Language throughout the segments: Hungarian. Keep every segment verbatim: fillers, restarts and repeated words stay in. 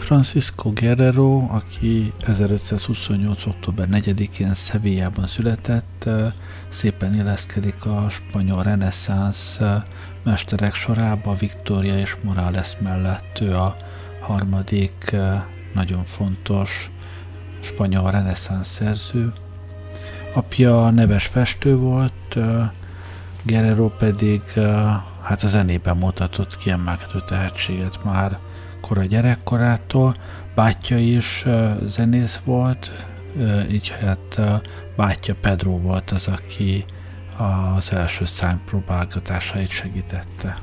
Francisco Guerrero, aki ezerötszázhuszonnyolc. október negyedikén Sevillában született, szépen illeszkedik a spanyol reneszánsz mesterek sorába. Victoria és Morales mellett ő a harmadik nagyon fontos spanyol reneszánsz szerző. Apja neves festő volt, Guerrero pedig hát a zenében mutatott kiemelkedő tehetséget már kora gyerekkorától. Bátyja is zenész volt, így hát bátyja Pedro volt az, aki az első szánypróbálgatásait segítette.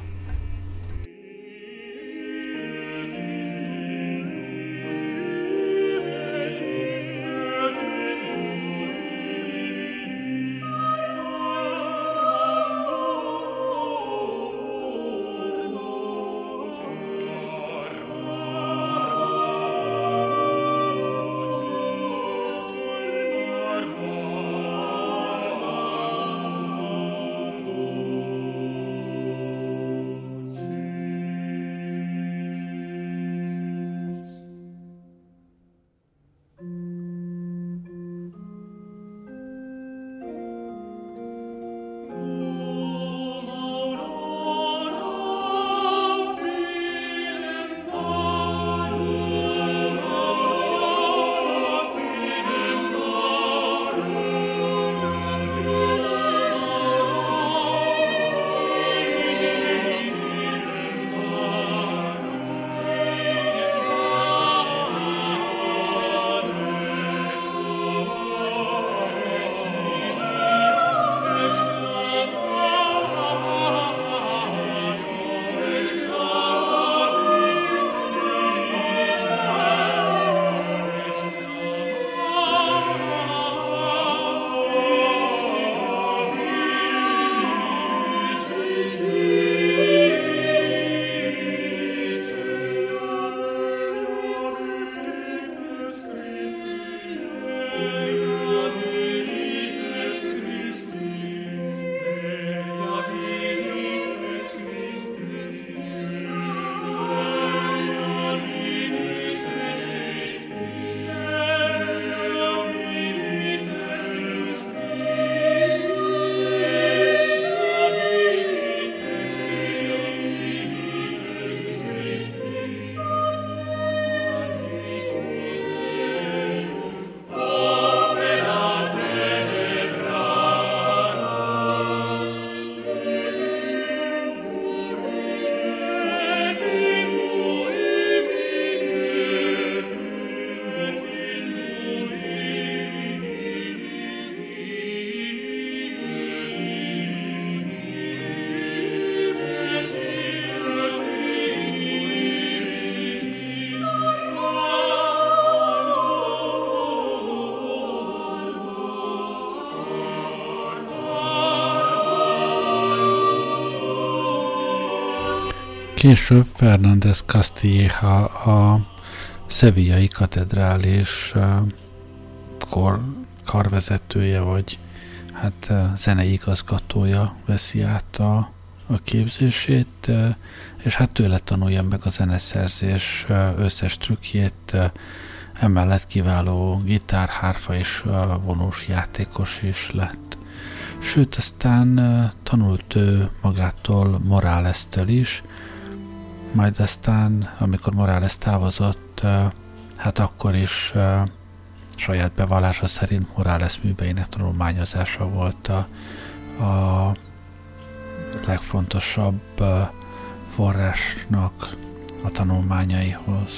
Később Fernández Castilleja a szevillai katedrális kor, karvezetője, vagy hát zenei igazgatója veszi át a, a képzését, és hát tőle tanulja meg a zeneszerzés összes trükkjét, emellett kiváló gitár, hárfa és vonós játékos is lett. Sőt, aztán tanult ő magától Morales-től is, majd aztán, amikor Morales távozott, hát akkor is saját bevallása szerint Morales műveinek tanulmányozása volt a, a legfontosabb forrásnak a tanulmányaihoz.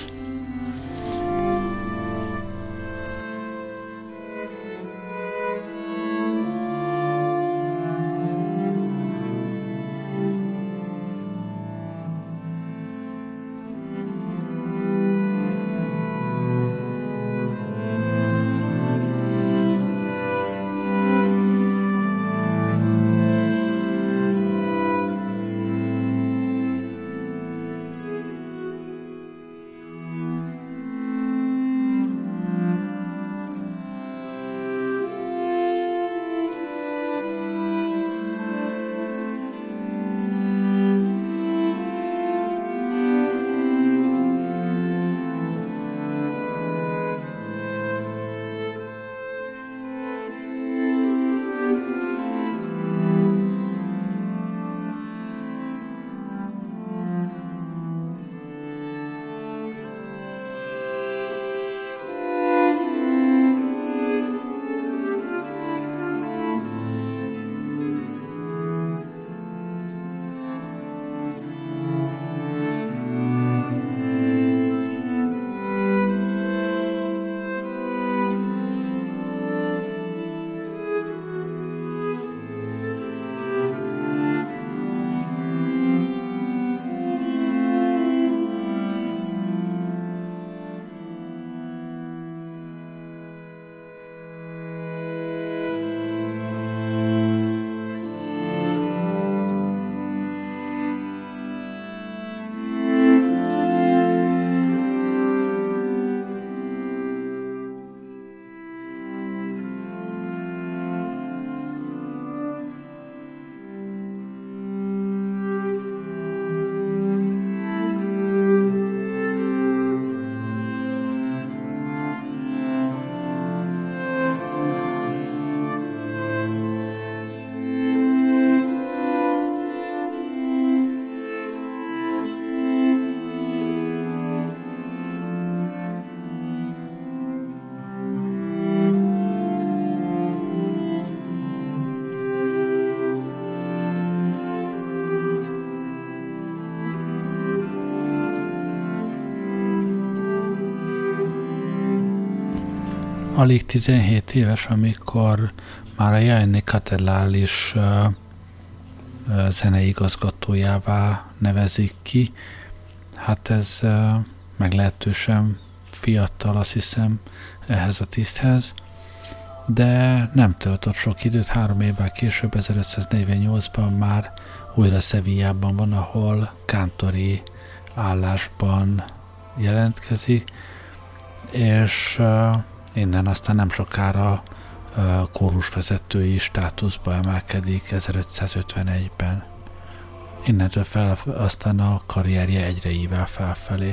alig tizenhét éves, amikor már a Jaenni katedrális uh, uh, zenei igazgatójává nevezik ki. Hát ez uh, meglehetősen fiatal, azt hiszem, ehhez a tiszthez, de nem töltött sok időt, három évvel később, ezerötszáznegyvennyolcban már újra Sevillában van, ahol kántori állásban jelentkezik, és uh, innen aztán nem sokára uh, kórusvezetői státuszba emelkedik ezerötszázötvenegyben. Innentől fel aztán a karrierje egyre ível felfelé.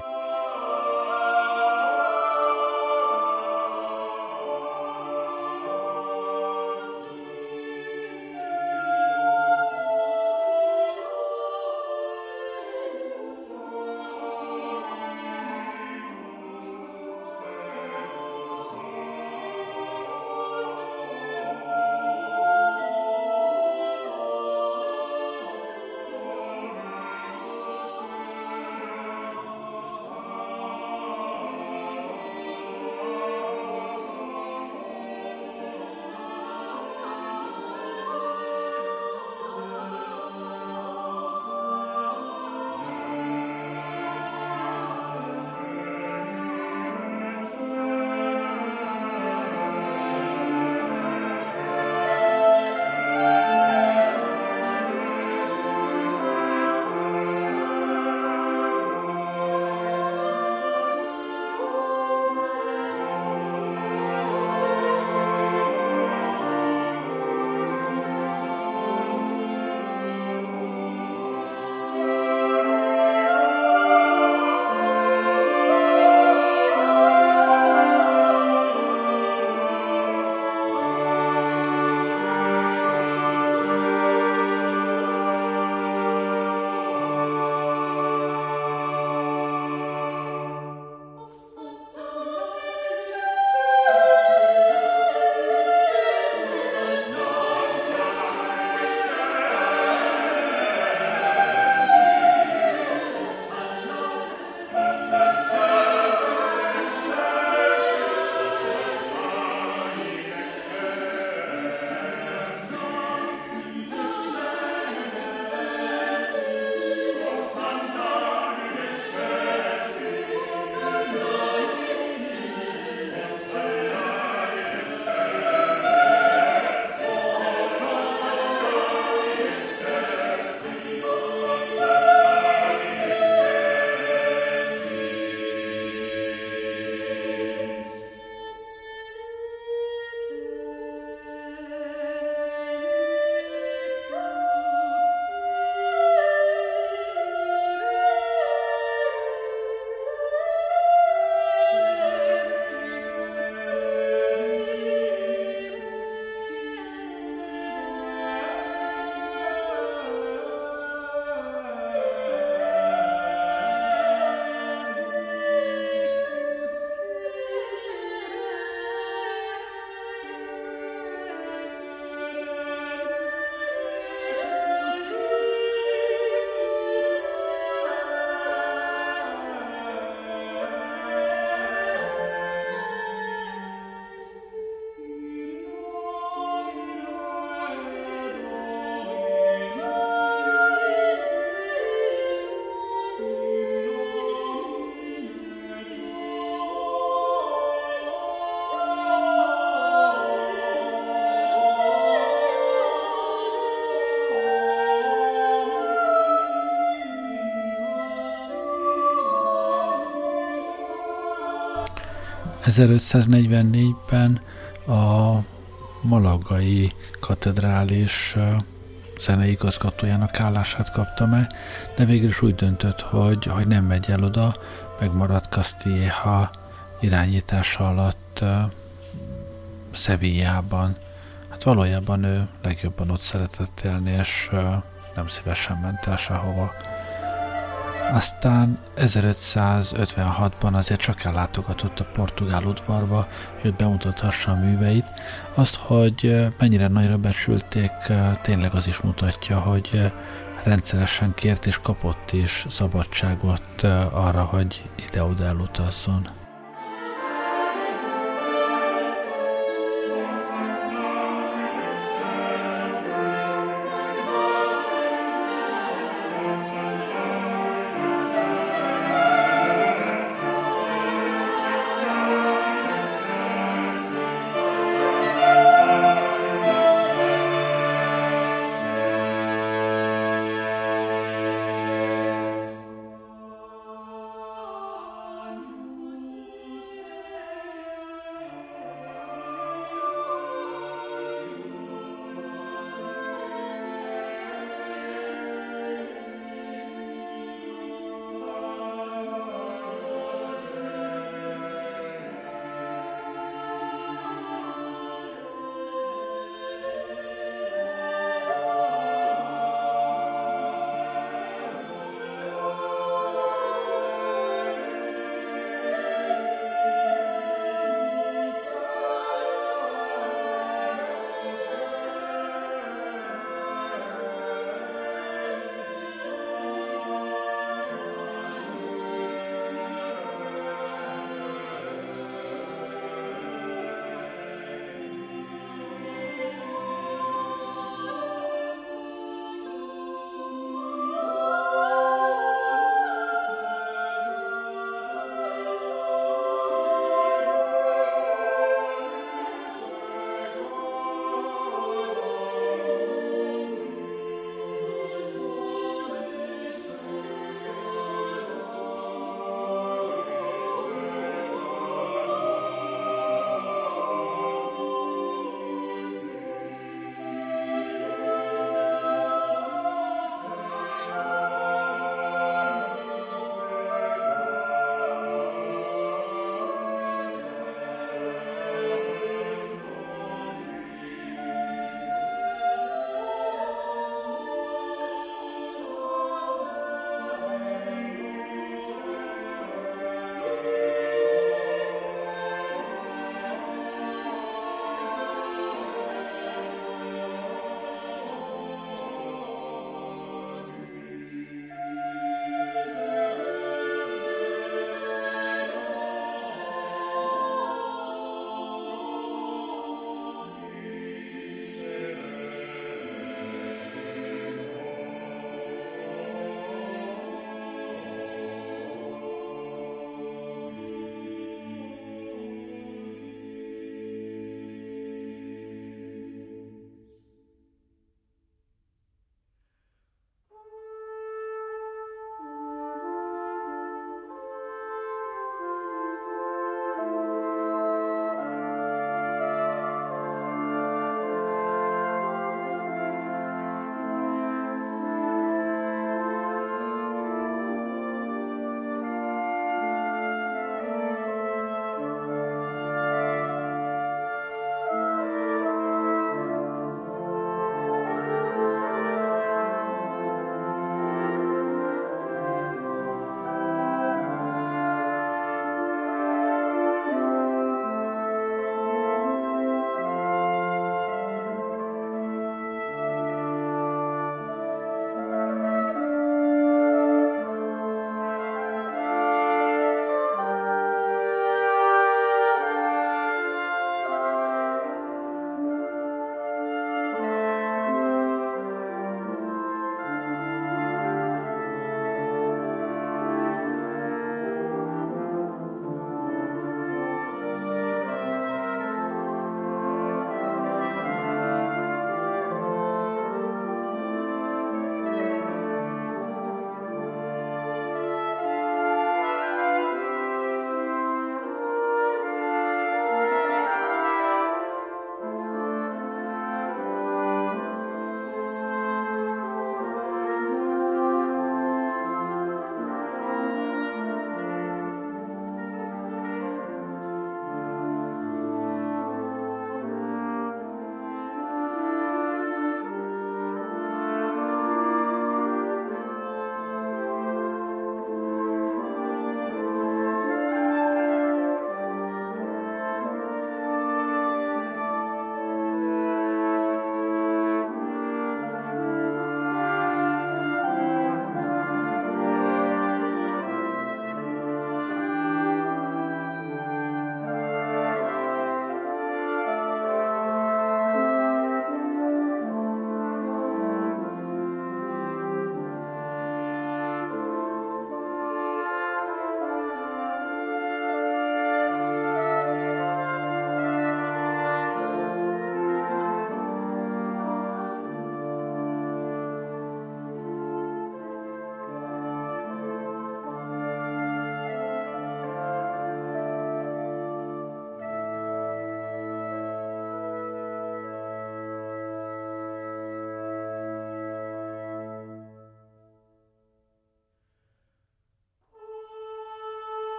ezerötszáznegyvennégyben a malagai katedrális zenei igazgatójának állását kapta meg, de végül is úgy döntött, hogy, hogy nem megy el oda, megmaradt Castilleja irányítása alatt Sevillában. Hát valójában ő legjobban ott szeretett élni, és nem szívesen ment el sehova. Aztán ezerötszázötvenhatban azért csak ellátogatott a portugál udvarba, hogy bemutathassa a műveit. Azt, hogy mennyire nagyra becsülték, tényleg az is mutatja, hogy rendszeresen kért és kapott is szabadságot arra, hogy ide-oda elutazzon.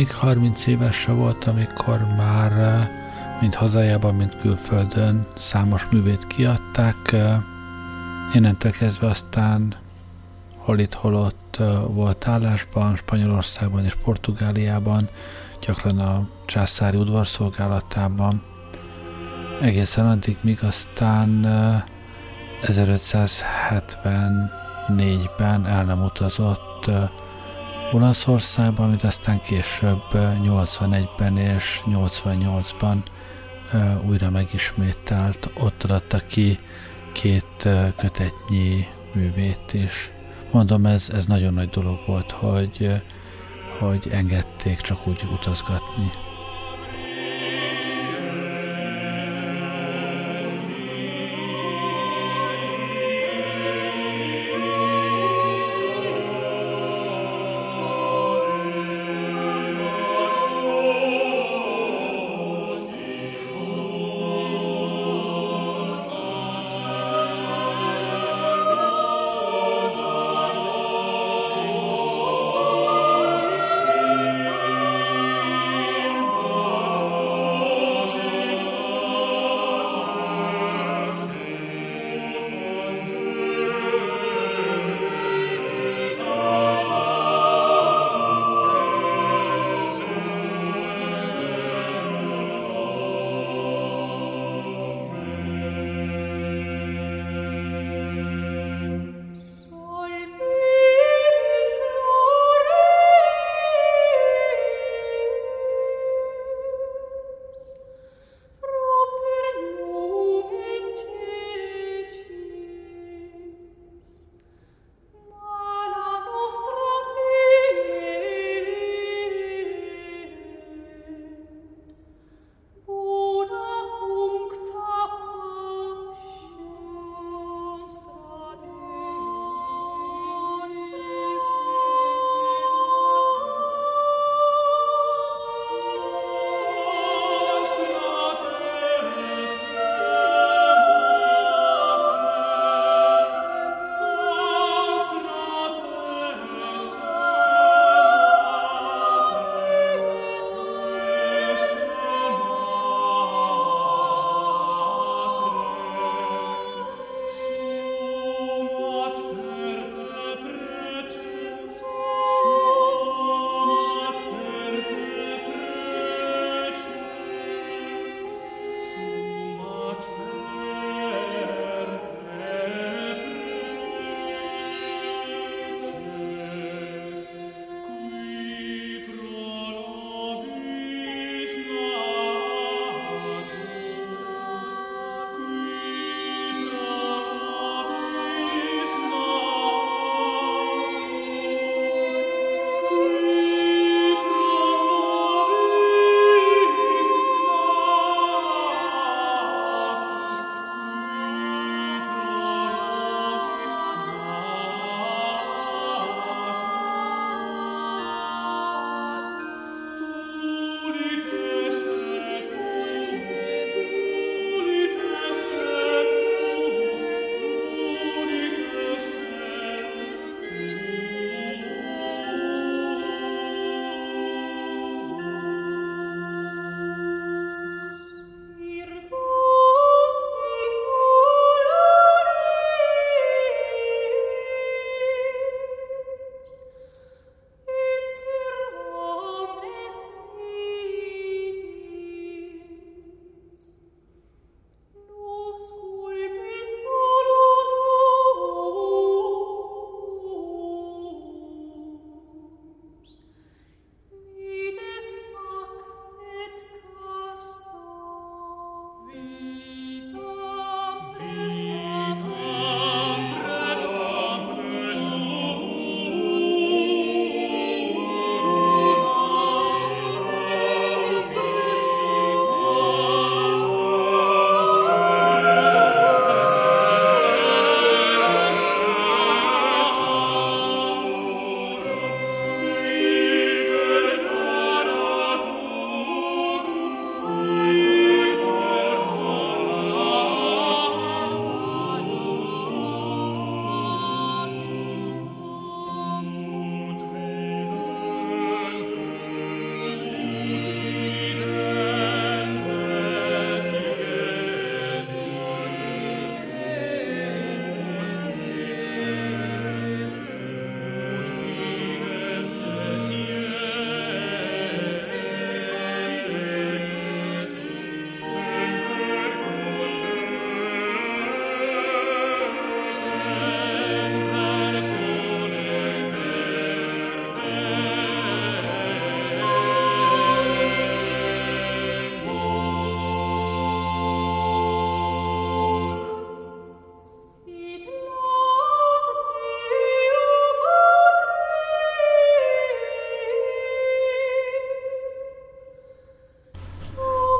még harminc éves se volt, amikor már mind hazájában, mind külföldön számos művét kiadták. Innentől kezdve aztán hol itt, hol ott volt állásban, Spanyolországban és Portugáliában, gyakran a császári udvarszolgálatában, egészen addig, míg aztán ezerötszázhetvennégyben el nem utazott Olaszországban, amit aztán később nyolcvanegyben és nyolcvannyolcban újra megismételt. Ott adta ki két kötetnyi művét is. Mondom, ez, ez nagyon nagy dolog volt, hogy, hogy engedték csak úgy utazgatni.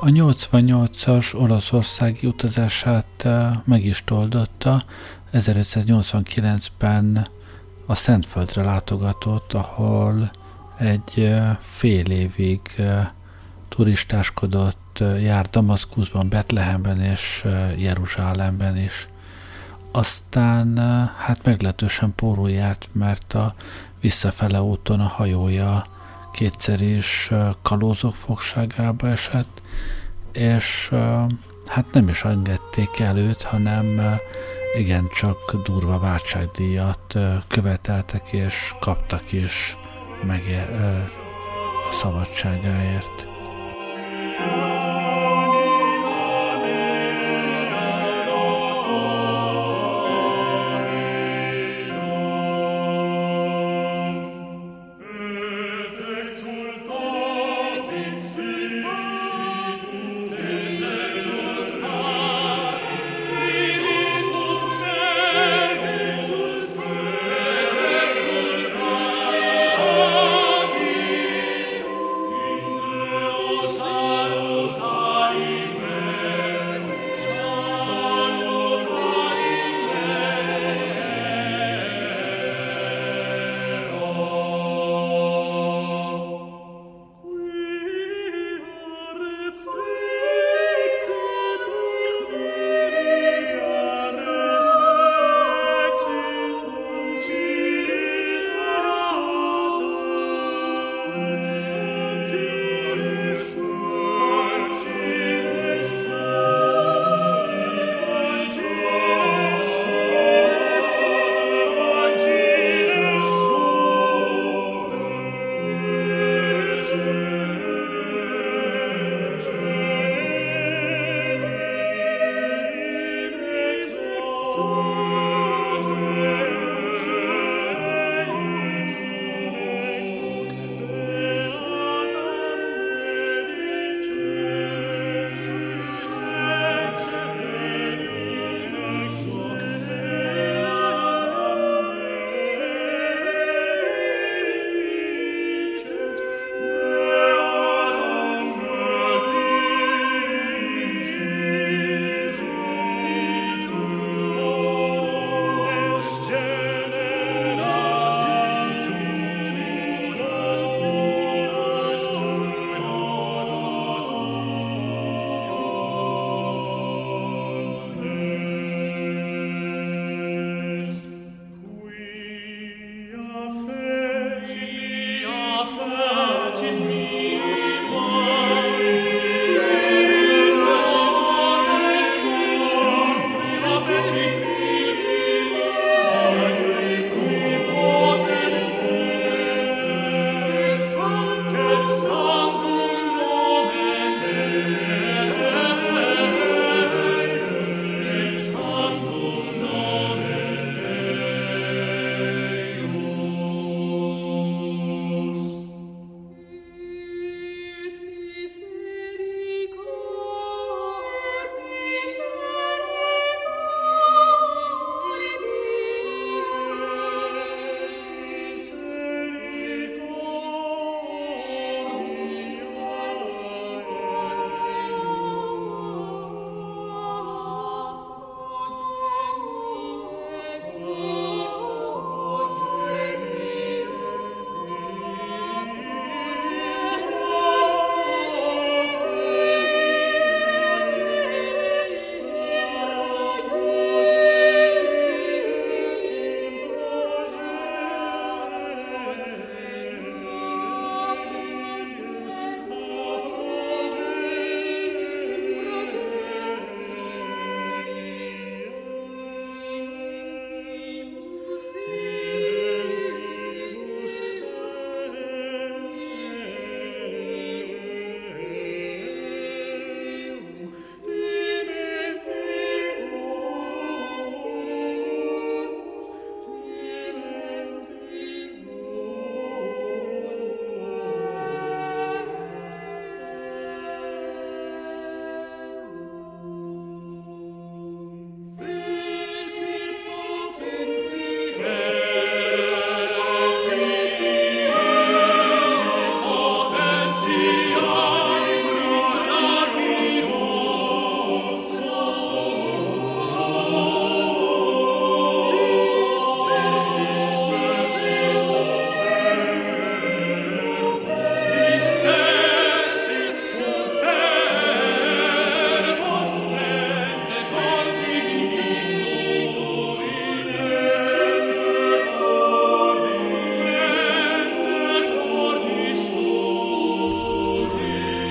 A nyolcvannyolcas olaszországi utazását meg is toldotta. ezerötszáznyolcvankilencben a Szentföldre látogatott, ahol egy fél évig turistáskodott, járt Damaszkuszban, Betlehemben és Jeruzsálemben is. Aztán hát meglehetősen pórul járt, mert a visszafele úton a hajója kétszer is kalózok fogságába esett, és hát nem is engedték előtt, hanem igencsak durva váltságdíjat követeltek, és kaptak is meg a szabadságáért. Sorrow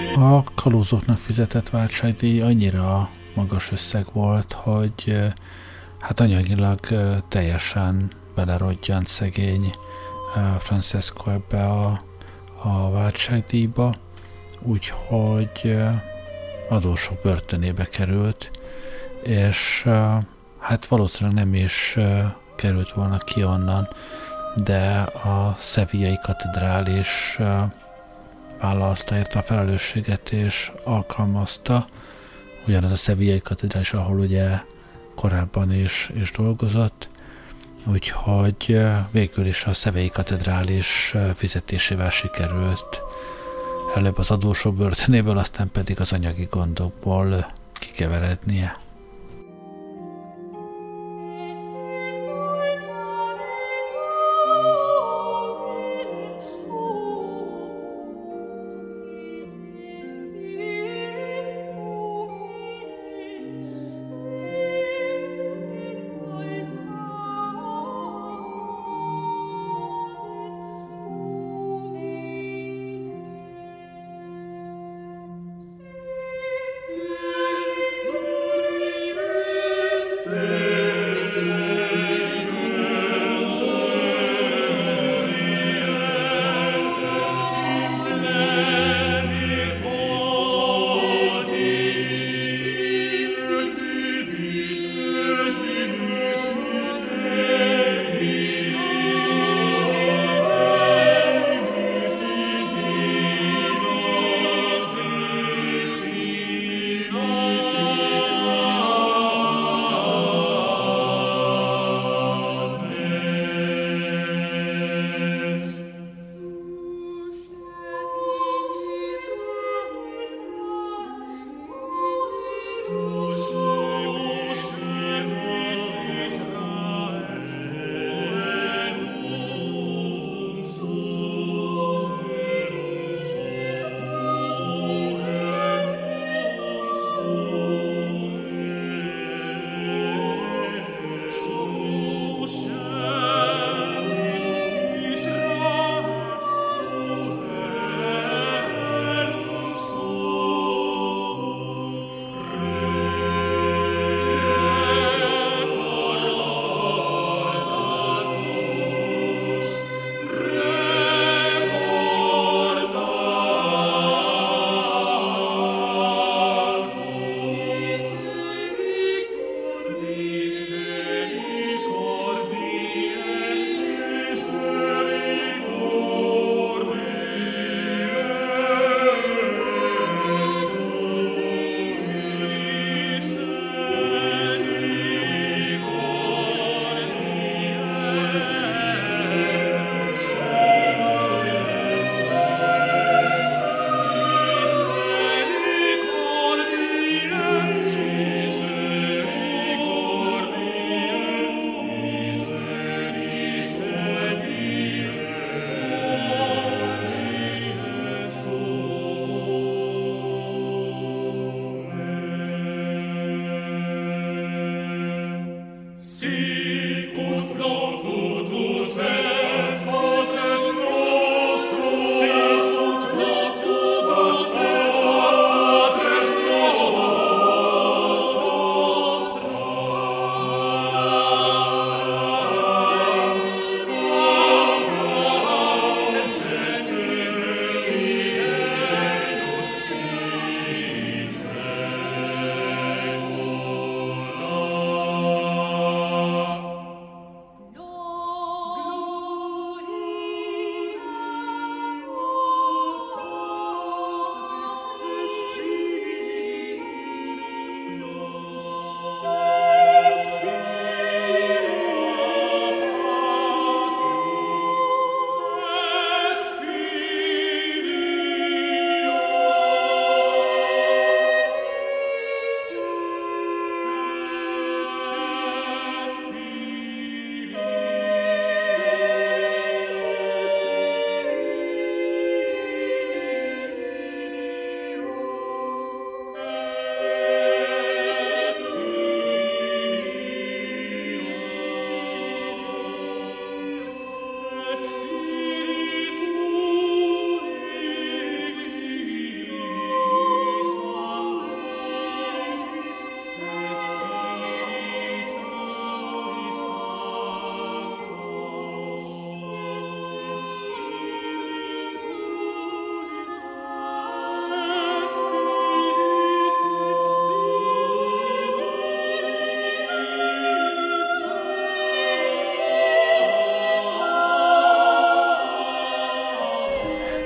A kalózoknak fizetett váltságdíj annyira magas összeg volt, hogy hát anyagilag teljesen belerodjant szegény Francesco ebbe a, a váltságdíjba, úgyhogy adósok börtönébe került, és hát valószínűleg nem is került volna ki onnan, de a szevillai katedrális vállalta érte a felelősséget és alkalmazta, ugyanaz a szevillai katedrális, ahol ugye korábban is, is dolgozott, úgyhogy végül is a szevillai katedrális fizetésével sikerült előbb az adósok börtönéből, aztán pedig az anyagi gondokból kikeverednie.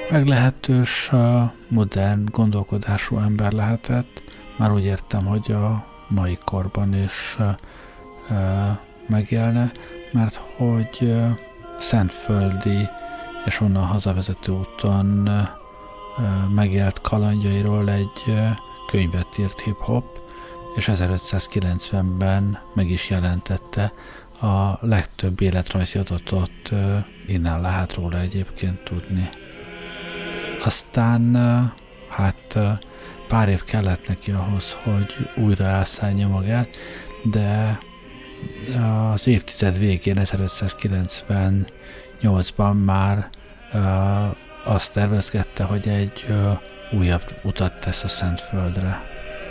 meglehetős modern gondolkodású ember lehetett. Már úgy értem, hogy a mai korban is megélne, mert hogy szentföldi és onnan hazavezető úton megélt kalandjairól egy könyvet írt hip-hop, és ezerötszázkilencvenben meg is jelentette. A legtöbb életrajzi adatot innen lehet róla egyébként tudni. Aztán hát pár év kellett neki ahhoz, hogy újra elszállja magát, de az évtized végén, ezerötszázkilencvennyolcban már azt tervezgette, hogy egy újabb utat tesz a Szentföldre.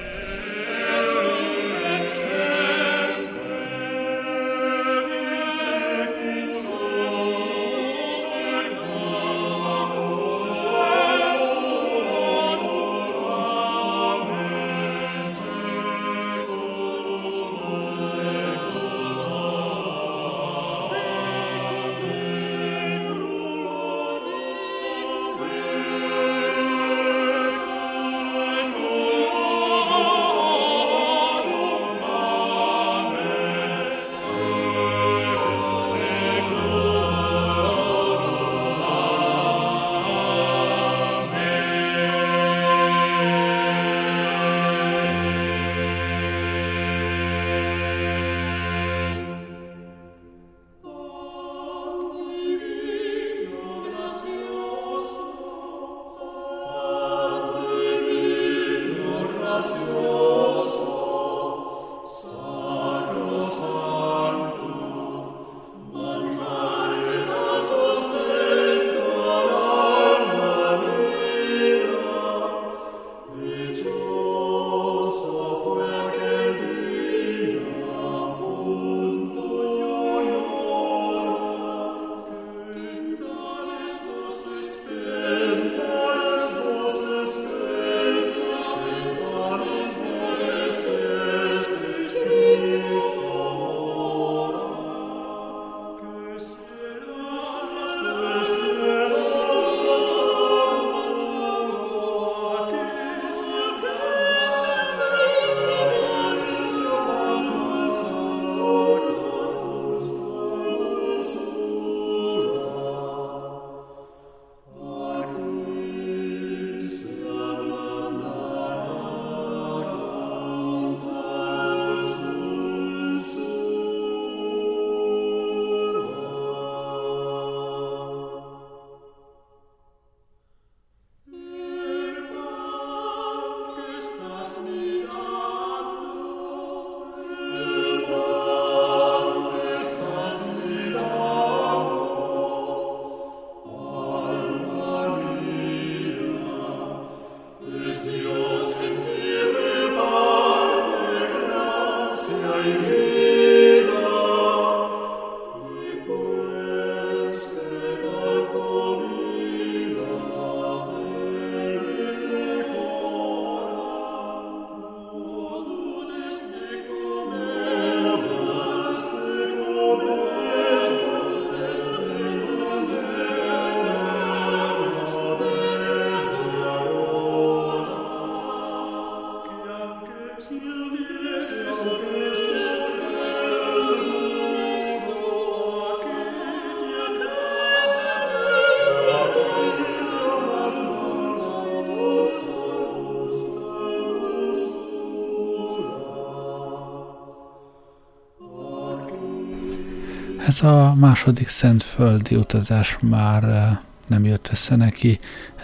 Ez a második szentföldi utazás már nem jött össze neki.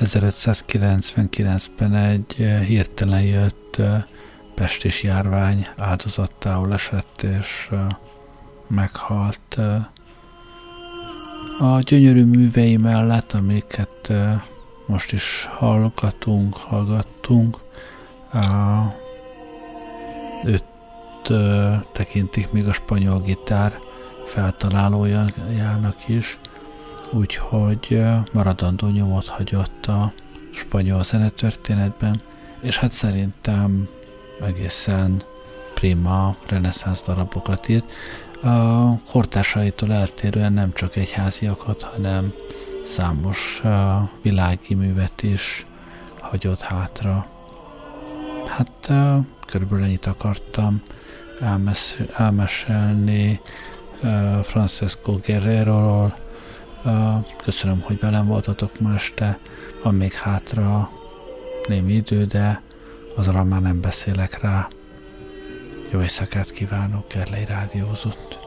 ezerötszázkilencvenkilencben egy hirtelen jött pestis járvány áldozattául esett és meghalt. A gyönyörű művei mellett, amiket most is hallgatunk, hallgattunk, őt tekintik még a spanyol gitár feltalálójának is, úgyhogy maradandó nyomot hagyott a spanyol zenetörténetben, és hát szerintem egészen prima reneszánsz darabokat írt. A kortársaitól eltérően nem csak egyháziakat, hanem számos uh, világi művet is hagyott hátra. Hát uh, körülbelül ennyit akartam elmes- elmesélni uh, Francesco Guerrero-ról. Uh, köszönöm, hogy velem voltatok ma este. Van még hátra némi idő, de azonban már nem beszélek rá. Jó éjszakát kívánok, Gerlei rádiózott.